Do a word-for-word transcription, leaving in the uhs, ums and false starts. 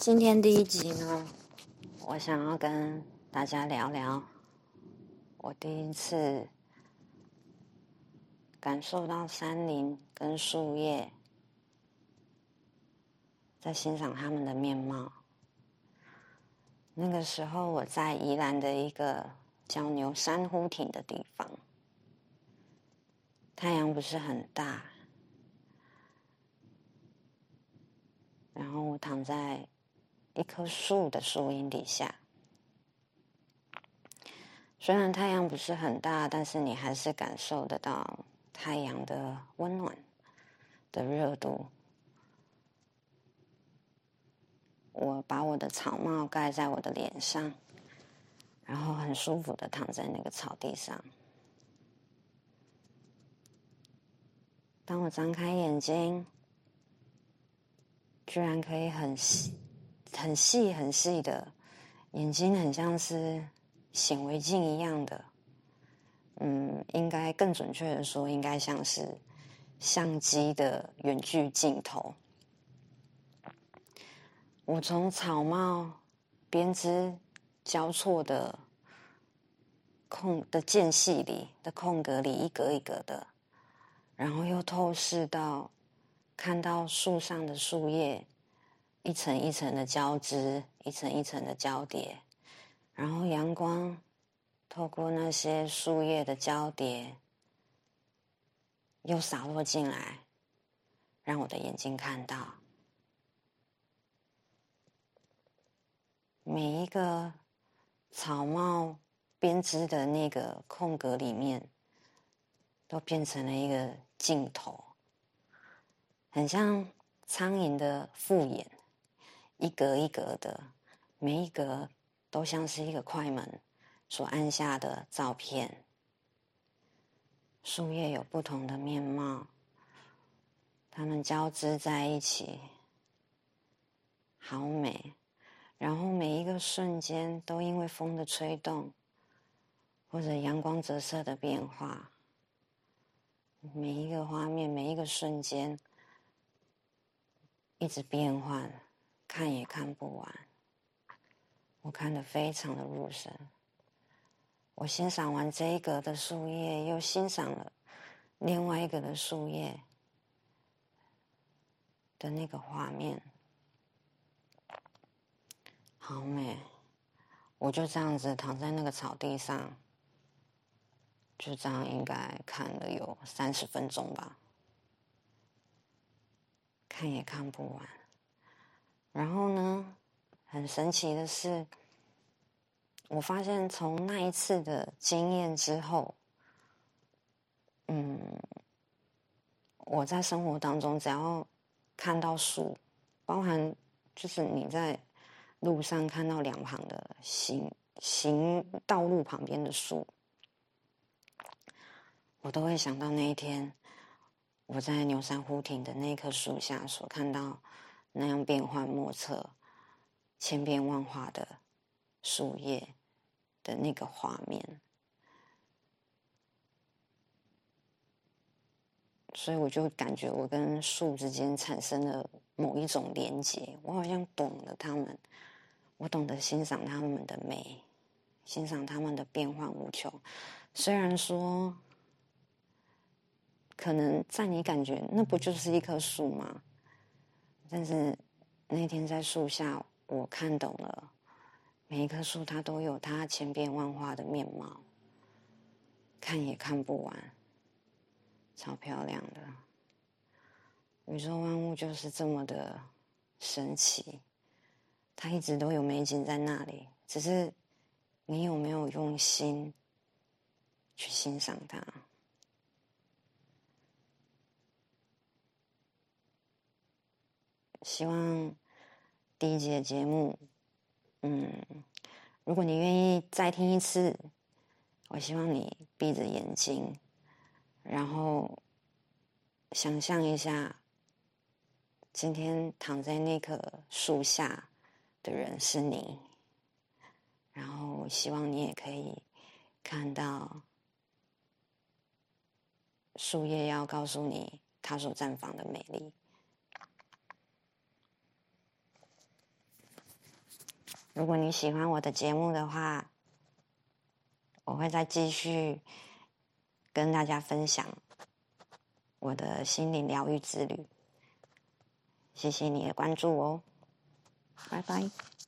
今天第一集呢，我想要跟大家聊聊我第一次感受到山林跟树叶在欣赏它们的面貌。那个时候我在宜兰的一个叫牛山呼亭的地方，太阳不是很大，然后我躺在一棵树的树荫底下，虽然太阳不是很大，但是你还是感受得到太阳的温暖的热度。我把我的草帽盖在我的脸上，然后很舒服的躺在那个草地上。当我张开眼睛，居然可以很细、很细、很细的眼睛，很像是显微镜一样的。嗯，应该更准确的说，应该像是相机的远距镜头。我从草帽编织交错的空的间隙里的空格里，一格一格的，然后又透视到看到树上的树叶一层一层的交织，一层一层的交叠，然后阳光透过那些树叶的交叠又洒落进来，让我的眼睛看到每一个草帽编织的那个空格里面都变成了一个镜头，很像苍蝇的复眼，一格一格的，每一格都像是一个快门所按下的照片。树叶有不同的面貌，它们交织在一起，好美。然后每一个瞬间都因为风的吹动，或者阳光折射的变化，每一个画面，每一个瞬间一直变换，看也看不完。我看得非常的入神。我欣赏完这一格的树叶，又欣赏了另外一个的树叶的那个画面，好美。我就这样子躺在那个草地上，就这样应该看了有三十分钟吧，看也看不完。然后呢，很神奇的是，我发现从那一次的经验之后，嗯，我在生活当中只要看到树，包含就是你在路上看到两旁的行行道路旁边的树，我都会想到那一天我在牛山呼亭的那棵树下所看到那样变幻莫测、千变万化的树叶的那个画面。所以我就感觉我跟树之间产生了某一种连结，我好像懂了它们，我懂得欣赏它们的美，欣赏它们的变幻无穷。虽然说可能在你感觉那不就是一棵树吗？但是那天在树下，我看懂了每一棵树它都有它千变万化的面貌，看也看不完，超漂亮的。宇宙万物就是这么的神奇，它一直都有美景在那里，只是你有没有用心去欣赏它。希望第一集的节目，嗯，如果你愿意再听一次，我希望你闭着眼睛，然后想象一下今天躺在那棵树下的人是你，然后希望你也可以看到树叶要告诉你它所绽放的美丽。 如果你喜欢我的节目的话，我会再继续跟大家分享我的心灵疗愈之旅。谢谢你的关注哦，拜拜。